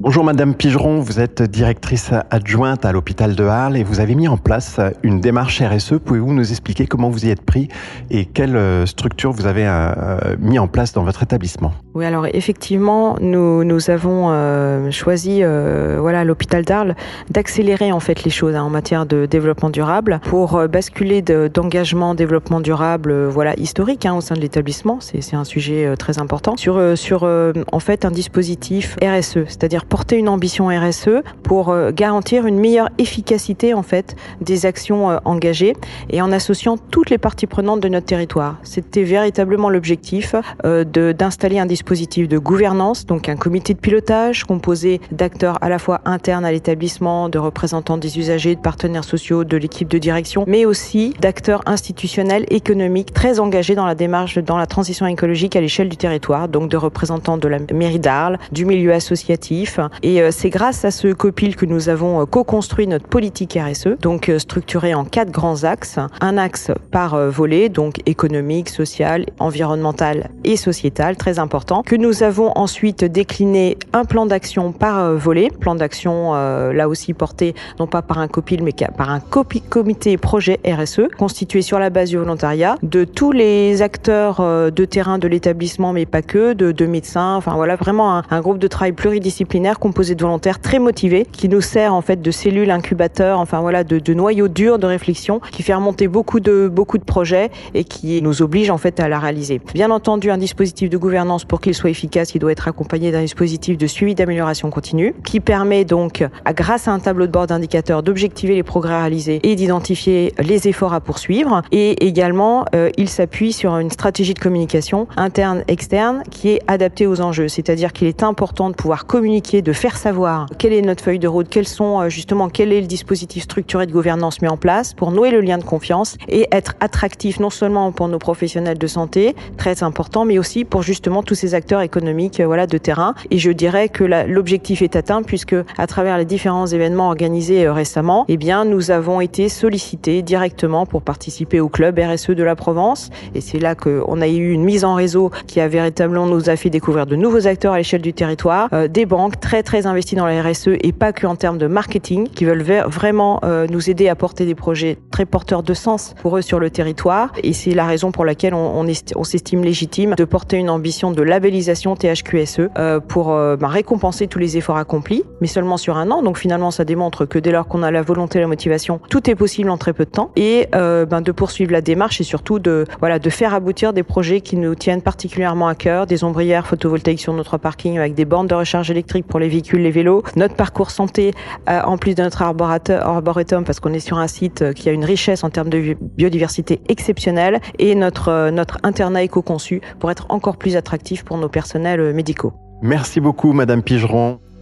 Bonjour Madame Pigeron, vous êtes directrice adjointe à l'hôpital de Arles et vous avez mis en place une démarche RSE. Pouvez-vous nous expliquer comment vous y êtes pris et quelle structure vous avez mis en place dans votre établissement? Oui, alors effectivement, nous avons choisi l'hôpital d'Arles d'accélérer en fait les choses en matière de développement durable pour basculer d'engagement développement durable historique au sein de l'établissement. C'est un sujet très important sur en fait un dispositif RSE, c'est-à-dire porter une ambition RSE pour garantir une meilleure efficacité en fait des actions engagées et en associant toutes les parties prenantes de notre territoire. C'était véritablement l'objectif d'installer un dispositif de gouvernance, donc un comité de pilotage composé d'acteurs à la fois internes à l'établissement, de représentants des usagers, de partenaires sociaux, de l'équipe de direction, mais aussi d'acteurs institutionnels, économiques très engagés dans la démarche, dans la transition écologique à l'échelle du territoire, donc de représentants de la mairie d'Arles, du milieu associatif. Et c'est grâce à ce COPIL que nous avons co-construit notre politique RSE, donc structurée en 4 grands axes. Un axe par volet, donc économique, social, environnemental et sociétal, très important, que nous avons ensuite décliné un plan d'action par volet, plan d'action là aussi porté non pas par un COPIL mais par un comité projet RSE, constitué sur la base du volontariat, de tous les acteurs de terrain de l'établissement, mais pas que, de médecins, vraiment un groupe de travail pluridisciplinaire composé de volontaires très motivés, qui nous sert en fait de cellules incubateurs, de noyaux durs de réflexion, qui fait remonter beaucoup de projets et qui nous oblige en fait à la réaliser. Bien entendu, un dispositif de gouvernance, pour qu'il soit efficace, il doit être accompagné d'un dispositif de suivi d'amélioration continue, qui permet donc, grâce à un tableau de bord d'indicateurs, d'objectiver les progrès réalisés et d'identifier les efforts à poursuivre. Et également, il s'appuie sur une stratégie de communication interne, externe, qui est adaptée aux enjeux. C'est-à-dire qu'il est important de pouvoir communiquer, de faire savoir quelle est notre feuille de route, quel est le dispositif structuré de gouvernance mis en place pour nouer le lien de confiance et être attractif non seulement pour nos professionnels de santé, très important, mais aussi pour justement tous ces acteurs économiques de terrain. Et je dirais que l'objectif est atteint, puisque à travers les différents événements organisés récemment, nous avons été sollicités directement pour participer au club RSE de la Provence. Et c'est là qu'on a eu une mise en réseau qui a véritablement nous a fait découvrir de nouveaux acteurs à l'échelle du territoire, des banques très très investies dans la RSE et pas que en termes de marketing, qui veulent vraiment nous aider à porter des projets très porteurs de sens pour eux sur le territoire. Et c'est la raison pour laquelle on s'estime légitime de porter une ambition de labellisation THQSE pour récompenser tous les efforts accomplis, mais seulement sur un an. Donc finalement, ça démontre que dès lors qu'on a la volonté et la motivation, tout est possible en très peu de temps. Et de poursuivre la démarche et surtout de faire aboutir des projets qui nous tiennent particulièrement à cœur, des ombrières photovoltaïques sur notre parking avec des bornes de recharge électrique pour les véhicules, les vélos, notre parcours santé en plus de notre arboretum, parce qu'on est sur un site qui a une richesse en termes de biodiversité exceptionnelle, et notre internat éco-conçu pour être encore plus attractif pour nos personnels médicaux. Merci beaucoup Madame Pigeron.